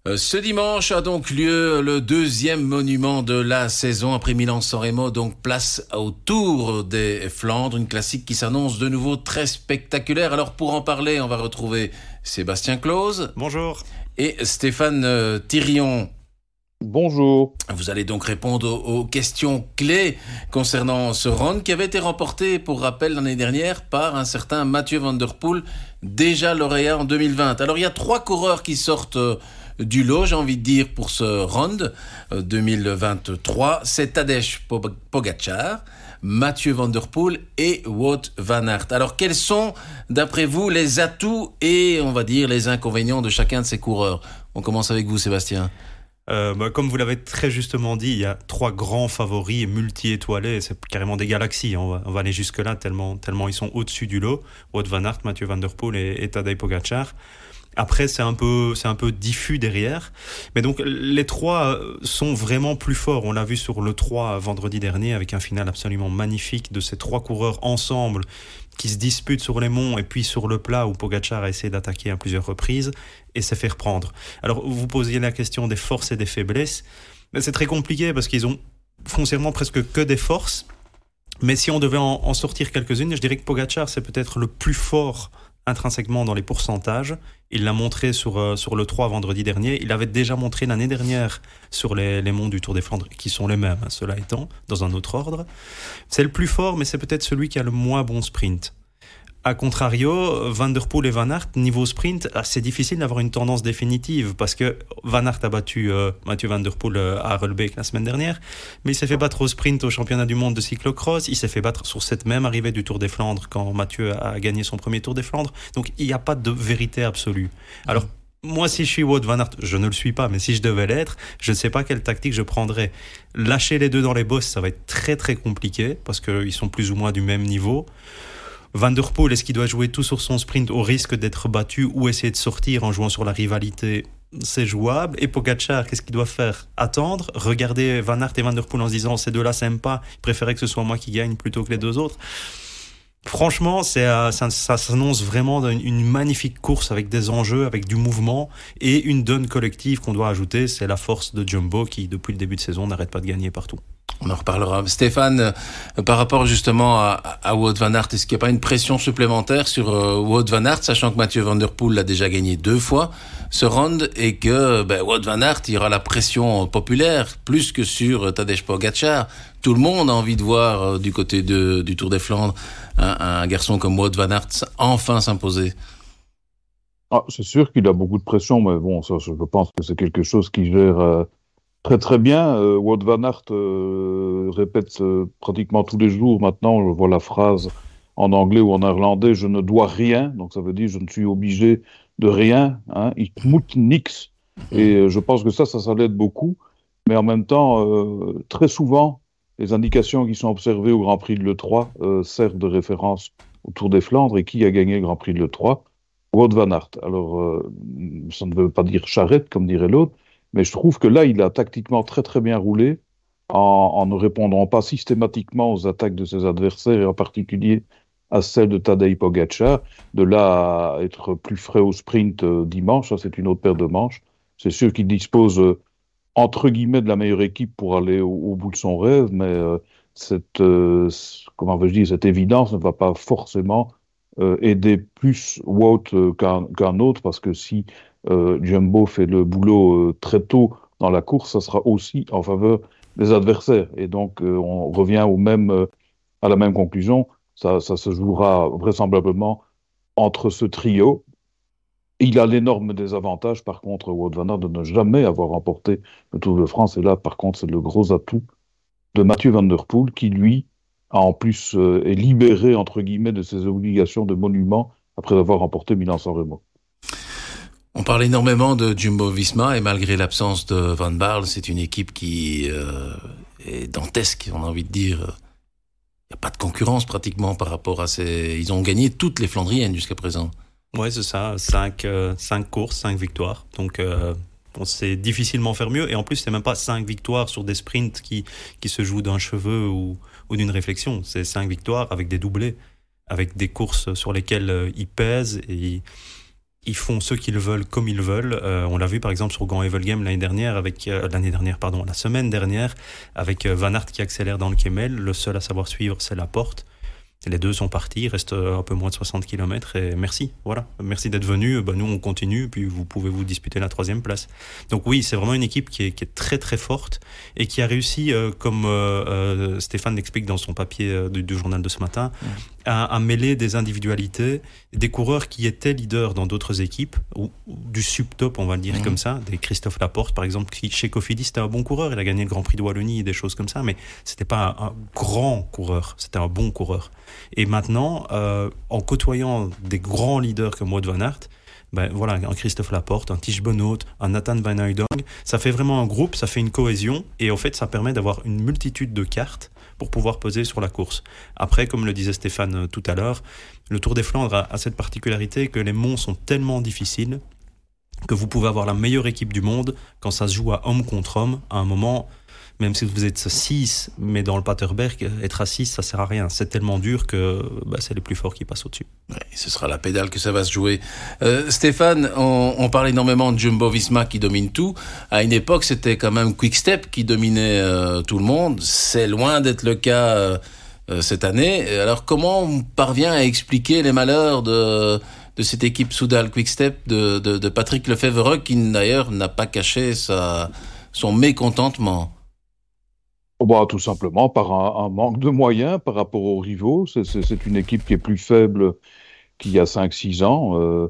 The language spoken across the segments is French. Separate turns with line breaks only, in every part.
Ce dimanche a donc lieu le deuxième monument de la saison après Milan-San Remo, donc place au Tour des Flandres, une classique qui s'annonce de nouveau très spectaculaire. Alors pour en parler, on va retrouver Sébastien Clause.
Bonjour.
Et Stéphane Thirion.
Bonjour.
Vous allez donc répondre aux questions clés concernant ce round qui avait été remporté, pour rappel, l'année dernière par un certain Mathieu Van Der Poel, déjà lauréat en 2020. Alors il y a 3 coureurs qui sortent du lot, j'ai envie de dire, pour ce round 2023. C'est Tadej Pogačar, Mathieu Van Der Poel et Wout van Aert. Alors quels sont, d'après vous, les atouts et, on va dire, les inconvénients de chacun de ces coureurs? On commence avec vous, Sébastien.
Comme vous l'avez très justement dit, il y a 3 grands favoris multi-étoilés, c'est carrément des galaxies, on va aller jusque-là tellement ils sont au-dessus du lot. Wout van Aert, Mathieu Van Der Poel et Tadej Pogačar. Après, c'est un peu diffus derrière. Mais donc, les 3 sont vraiment plus forts. On l'a vu sur le 3 vendredi dernier avec un final absolument magnifique de ces 3 coureurs ensemble qui se disputent sur les monts et puis sur le plat où Pogačar a essayé d'attaquer à plusieurs reprises et s'est fait reprendre. Alors, vous posiez la question des forces et des faiblesses. Mais c'est très compliqué parce qu'ils ont foncièrement presque que des forces. Mais si on devait en sortir quelques-unes, je dirais que Pogačar, c'est peut-être le plus fort intrinsèquement dans les pourcentages. Il l'a montré sur le 3 vendredi dernier. Il avait déjà montré l'année dernière sur les monts du Tour des Flandres, qui sont les mêmes, cela étant, dans un autre ordre. C'est le plus fort, mais c'est peut-être celui qui a le moins bon sprint. A contrario, Van Der Poel et Van Aert, niveau sprint, c'est difficile d'avoir une tendance définitive parce que Van Aert a battu Mathieu Van Der Poel à Harelbeek la semaine dernière, mais il s'est fait battre au sprint au championnat du monde de cyclocross, il s'est fait battre sur cette même arrivée du Tour des Flandres quand Mathieu a gagné son premier Tour des Flandres, donc il n'y a pas de vérité absolue. Alors, moi, si je suis Wout van Aert, je ne le suis pas, mais si je devais l'être, je ne sais pas quelle tactique je prendrais. Lâcher les deux dans les bosses, ça va être très très compliqué parce qu'ils sont plus ou moins du même niveau. Van Der Poel, est-ce qu'il doit jouer tout sur son sprint au risque d'être battu ou essayer de sortir en jouant sur la rivalité? C'est jouable. Et Pogačar, qu'est-ce qu'il doit faire? Attendre, regarder Van Aert et Van Der Poel en se disant ces deux-là s'aiment pas, il préférait que ce soit moi qui gagne plutôt que les deux autres. Franchement, ça s'annonce vraiment une magnifique course avec des enjeux, avec du mouvement et une donne collective qu'on doit ajouter. C'est la force de Jumbo qui, depuis le début de saison, n'arrête pas de gagner partout.
On en reparlera. Stéphane, par rapport justement à Wout van Aert, est-ce qu'il n'y a pas une pression supplémentaire sur Wout van Aert, sachant que Mathieu Van Der Poel l'a déjà gagné 2 fois ce round et que Wout van Aert, il y aura la pression populaire plus que sur Tadej Pogačar. Tout le monde a envie de voir du côté du Tour des Flandres un garçon comme Wout van Aert enfin s'imposer.
C'est sûr qu'il a beaucoup de pression, mais bon, ça, je pense que c'est quelque chose qui gère très très bien. Wout van Aert répète pratiquement tous les jours maintenant, je vois la phrase en anglais ou en néerlandais, je ne dois rien, donc ça veut dire je ne suis obligé de rien, hein, ik moet niks. Et je pense que ça l'aide beaucoup, mais en même temps, très souvent, les indications qui sont observées au Grand Prix de l'E3 servent de référence au Tour des Flandres. Et qui a gagné le Grand Prix de l'E3? Wout van Aert. Alors, ça ne veut pas dire charrette, comme dirait l'autre, mais je trouve que là, il a tactiquement très très bien roulé en ne répondant pas systématiquement aux attaques de ses adversaires, et en particulier à celle de Tadej Pogačar. De là à être plus frais au sprint dimanche, ça c'est une autre paire de manches. C'est sûr qu'il dispose entre guillemets de la meilleure équipe pour aller au bout de son rêve, mais cette évidence ne va pas forcément aider plus Wout qu'un autre, parce que si Jumbo fait le boulot très tôt dans la course, ça sera aussi en faveur des adversaires. Et donc on revient à la même conclusion, ça se jouera vraisemblablement entre ce trio. Il a l'énorme désavantage, par contre, Wout van Aert, de ne jamais avoir remporté le Tour de France. Et là, par contre, c'est le gros atout de Mathieu Van Der Poel, qui, lui, en plus, est libéré, entre guillemets, de ses obligations de monument après avoir remporté Milan-San Remo.
On parle énormément de Jumbo-Visma et malgré l'absence de Van Baarle, c'est une équipe qui est dantesque, on a envie de dire. Il n'y a pas de concurrence pratiquement par rapport à ces... Ils ont gagné toutes les Flandriennes jusqu'à présent.
Ouais, c'est ça. 5 courses, 5 victoires. Donc, on sait difficilement faire mieux. Et en plus, c'est même pas 5 victoires sur des sprints qui se jouent d'un cheveu ou d'une réflexion. C'est 5 victoires avec des doublés, avec des courses sur lesquelles ils pèsent et ils font ce qu'ils veulent comme ils veulent. On l'a vu par exemple sur Gand-Evelgem la semaine dernière, avec Van Aert qui accélère dans le Kemmel. Le seul à savoir suivre, c'est Laporte. Les deux sont partis, il reste un peu moins de 60 km et merci, voilà. Merci d'être venu. Nous, on continue, puis vous pouvez vous disputer la 3e place. Donc oui, c'est vraiment une équipe qui est très très forte et qui a réussi, comme Stéphane l'explique dans son papier du journal de ce matin, à mêler des individualités, des coureurs qui étaient leaders dans d'autres équipes, ou du subtop, on va le dire comme ça, des Christophe Laporte, par exemple, qui chez Cofidis, c'était un bon coureur, il a gagné le Grand Prix de Wallonie et des choses comme ça, mais c'était pas un grand coureur, c'était un bon coureur. Et maintenant, en côtoyant des grands leaders comme Wout van Aert, voilà, un Christophe Laporte, un Tish Benoot, un Nathan Van Hooydonk, ça fait vraiment un groupe, ça fait une cohésion, et en fait, ça permet d'avoir une multitude de cartes pour pouvoir peser sur la course. Après, comme le disait Stéphane tout à l'heure, le Tour des Flandres a cette particularité que les monts sont tellement difficiles que vous pouvez avoir la meilleure équipe du monde quand ça se joue à homme contre homme. À un moment, même si vous êtes 6, mais dans le Paterberg, être à 6, ça sert à rien. C'est tellement dur que c'est les plus forts qui passent au-dessus.
Ouais, ce sera la pédale que ça va se jouer. Stéphane, on parle énormément de Jumbo-Visma qui domine tout. À une époque, c'était quand même Quick-Step qui dominait tout le monde. C'est loin d'être le cas cette année. Alors, comment on parvient à expliquer les malheurs de cette équipe Soudal Quick-Step de Patrick Lefevere, qui d'ailleurs n'a pas caché son mécontentement?
Tout simplement par un manque de moyens par rapport aux rivaux. C'est une équipe qui est plus faible qu'il y a 5-6 ans,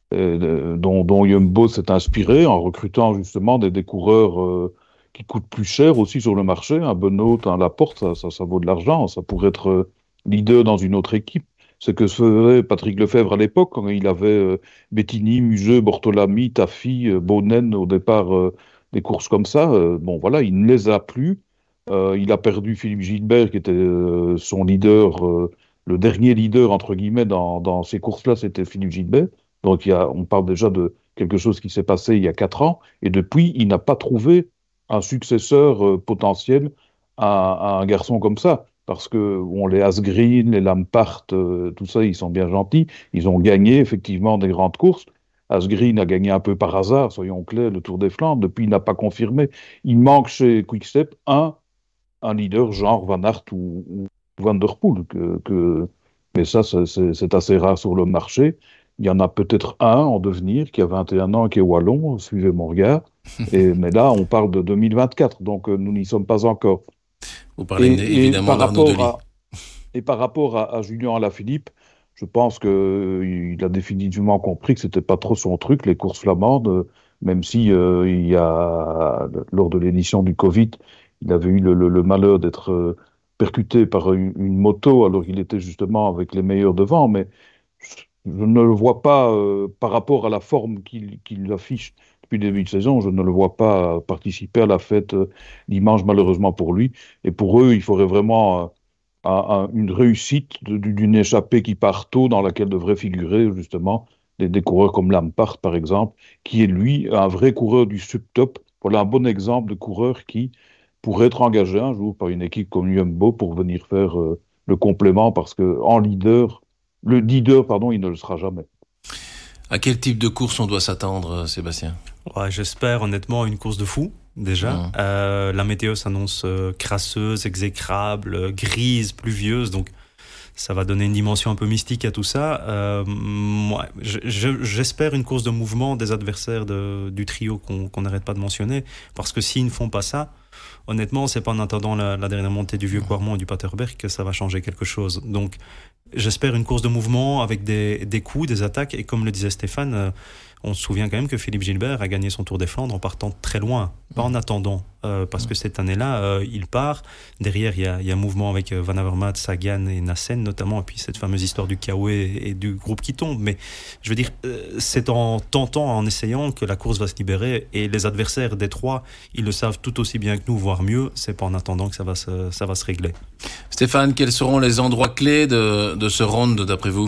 dont Jumbo s'est inspiré en recrutant justement des coureurs qui coûtent plus cher aussi sur le marché. Un Benoot, un Laporte, ça vaut de l'argent. Ça pourrait être leader dans une autre équipe. C'est que faisait Patrick Lefevere à l'époque, quand il avait Bettini, Museux, Bortolami, Tafi, Bonen au départ des courses comme ça. Voilà, il ne les a plus. Il a perdu Philippe Gilbert, qui était son leader, le dernier leader, entre guillemets, dans ces courses-là, c'était Philippe Gilbert. Donc on parle déjà de quelque chose qui s'est passé il y a 4 ans. Et depuis, il n'a pas trouvé un successeur potentiel à un garçon comme ça. Parce que les Asgreen, les Lampart, tout ça, ils sont bien gentils. Ils ont gagné effectivement des grandes courses. Asgreen a gagné un peu par hasard, soyons clairs, le Tour des Flandres. Depuis, il n'a pas confirmé. Il manque chez Quick-Step un leader genre Van Aert ou Van Der Poel. Mais ça, c'est assez rare sur le marché. Il y en a peut-être un en devenir qui a 21 ans et qui est wallon, suivez mon regard. Mais là, on parle de 2024, donc nous n'y sommes pas encore.
Vous parlez évidemment d'Arnaud Delis.
Et par rapport à Julien Alaphilippe, je pense qu'il a définitivement compris que c'était pas trop son truc, les courses flamandes, même si il y a, lors de l'édition du Covid, il avait eu le malheur d'être percuté par une moto, alors qu'il était justement avec les meilleurs devant, mais je ne le vois pas, par rapport à la forme qu'il affiche depuis le début de saison, je ne le vois pas participer à la fête dimanche, malheureusement pour lui. Et pour eux, il faudrait vraiment une réussite d'une échappée qui part tôt, dans laquelle devraient figurer justement des coureurs comme Lampard, par exemple, qui est lui un vrai coureur du subtop. Voilà un bon exemple de coureur qui pourrait être engagé un jour par une équipe comme Jumbo pour venir faire le complément, parce que le leader, il ne le sera jamais.
À quel type de course on doit s'attendre, Sébastien ?
J'espère honnêtement une course de fou, déjà. La météo s'annonce crasseuse, exécrable, grise, pluvieuse, donc ça va donner une dimension un peu mystique à tout ça. Moi, j'espère une course de mouvement des adversaires du trio qu'on n'arrête pas de mentionner, parce que s'ils ne font pas ça, honnêtement, c'est pas en attendant la dernière montée du Vieux-Quarmont et du Paterberg que ça va changer quelque chose. Donc, j'espère une course de mouvement avec des coups, des attaques. Et comme le disait Stéphane, on se souvient quand même que Philippe Gilbert a gagné son Tour des Flandres en partant très loin, pas en attendant. Parce que cette année-là, il part. Derrière, il y a un mouvement avec Van Avermaet, Sagan et Nassen notamment. Et puis cette fameuse histoire du Kawe et du groupe qui tombe. Mais je veux dire, c'est en tentant, en essayant que la course va se libérer. Et les adversaires des trois, ils le savent tout aussi bien que nous, voire mieux. C'est pas en attendant que ça va se régler.
Stéphane, quels seront les endroits clés de ce round, d'après vous ?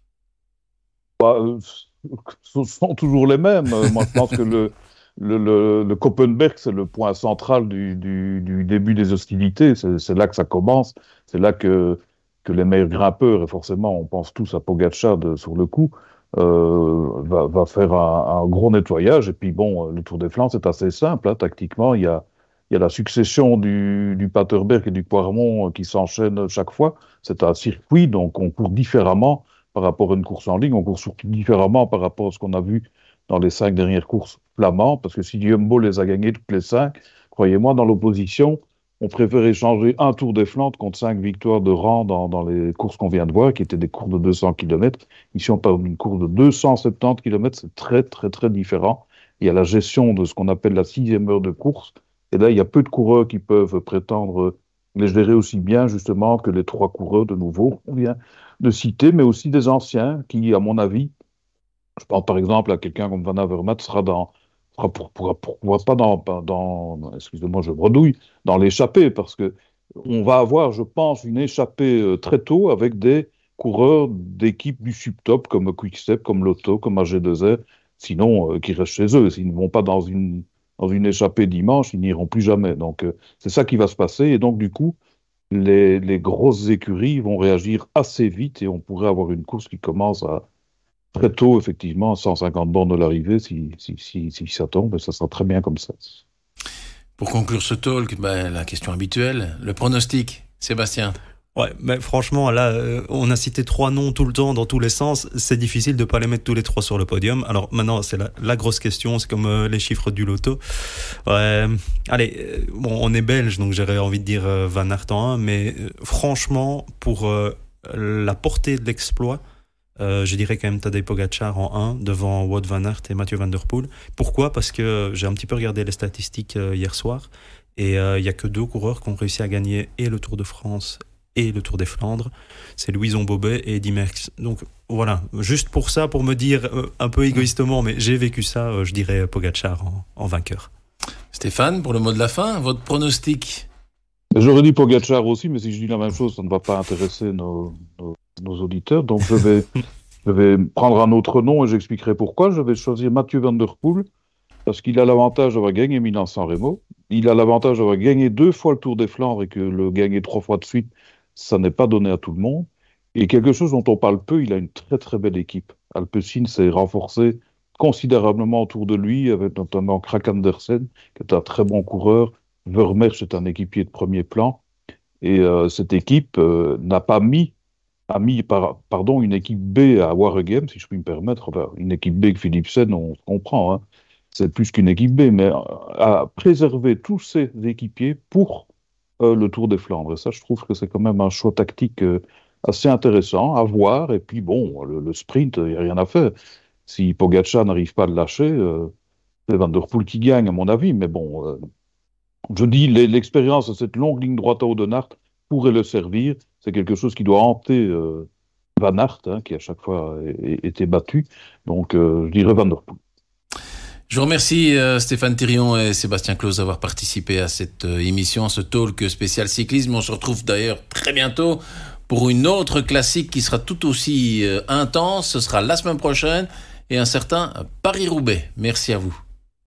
Ce sont toujours les mêmes. Moi, je pense que le Koppenberg, c'est le point central du début des hostilités. C'est là que ça commence. C'est là que les meilleurs grimpeurs, et forcément, on pense tous à Pogačar sur le coup, va faire un gros nettoyage. Et puis bon, le Tour des Flandres, c'est assez simple, hein. Tactiquement, il y a la succession du Paterberg et du Quarmont qui s'enchaînent chaque fois. C'est un circuit, donc on court différemment par rapport à une course en ligne. On court surtout différemment par rapport à ce qu'on a vu dans les 5 dernières courses flamandes, parce que si Jumbo les a gagnés toutes les 5, croyez-moi, dans l'opposition, on préfère échanger un Tour des Flandres contre 5 victoires de rang dans les courses qu'on vient de voir, qui étaient des courses de 200 km. Ici, on parle d'une course de 270 km, c'est très, très, très différent. Il y a la gestion de ce qu'on appelle la 6e heure de course. Et là, il y a peu de coureurs qui peuvent prétendre les gérer aussi bien, justement, que les 3 coureurs, de nouveau, on vient de citer, mais aussi des anciens qui, à mon avis, je pense par exemple à quelqu'un comme Van Avermaet, pourquoi pas excusez-moi, je bredouille, dans l'échappée, parce que on va avoir, je pense, une échappée très tôt avec des coureurs d'équipes du subtop, comme Quickstep, comme Lotto, comme AG2R, sinon, qui restent chez eux. S'ils ne vont pas dans une échappée dimanche, ils n'iront plus jamais. Donc, c'est ça qui va se passer. Et donc, du coup, les grosses écuries vont réagir assez vite et on pourrait avoir une course qui commence très tôt, effectivement, à 150 bornes de l'arrivée. Si ça tombe, ça sera très bien comme ça.
Pour conclure ce talk, la question habituelle, le pronostic, Sébastien.
Ouais, mais franchement, là, on a cité 3 noms tout le temps, dans tous les sens. C'est difficile de pas les mettre tous les 3 sur le podium. Alors maintenant, c'est la grosse question. C'est comme les chiffres du loto. Allez, bon, on est belge, donc j'aurais envie de dire Van Aert en 1. Mais franchement, pour la portée de l'exploit, je dirais quand même Tadej Pogačar en 1 devant Wout van Aert et Mathieu Van Der Poel. Pourquoi ? Parce que j'ai un petit peu regardé les statistiques hier soir et il y a que 2 coureurs qui ont réussi à gagner et le Tour de France et le Tour des Flandres. C'est Louison Bobet et Eddy Merckx. Donc voilà, juste pour ça, pour me dire un peu égoïstement, mais j'ai vécu ça, je dirais Pogačar en vainqueur.
Stéphane, pour le mot de la fin, votre pronostic ?
J'aurais dit Pogačar aussi, mais si je dis la même chose, ça ne va pas intéresser nos auditeurs. Donc je vais prendre un autre nom et j'expliquerai pourquoi. Je vais choisir Mathieu Van Der Poel, parce qu'il a l'avantage d'avoir gagné Milan-San Remo. Il a l'avantage d'avoir gagné 2 fois le Tour des Flandres et que le gagner 3 fois de suite, ça n'est pas donné à tout le monde. Et quelque chose dont on parle peu, il a une très très belle équipe. Alpecin s'est renforcé considérablement autour de lui, avec notamment Krak Andersen, qui est un très bon coureur. Vermeersch est un équipier de premier plan. Et cette équipe a mis une équipe B à Waregem, si je puis me permettre. Enfin, une équipe B que Philipsen, on se comprend, hein. C'est plus qu'une équipe B, mais à préserver tous ses équipiers pour le Tour des Flandres. Et ça, je trouve que c'est quand même un choix tactique assez intéressant à voir. Et puis bon, le sprint, il n'y a rien à faire. Si Pogačar n'arrive pas à le lâcher, c'est Van Der Poel qui gagne, à mon avis. Mais bon, je dis, l'expérience de cette longue ligne droite à Oudenaarde pourrait le servir. C'est quelque chose qui doit hanter Van Aert, hein, qui à chaque fois été battu. Donc, je dirais Van Der Poel.
Je vous remercie Stéphane Thirion et Sébastien Claus d'avoir participé à cette émission, ce talk spécial cyclisme. On se retrouve d'ailleurs très bientôt pour une autre classique qui sera tout aussi intense. Ce sera la semaine prochaine et un certain Paris-Roubaix. Merci à vous.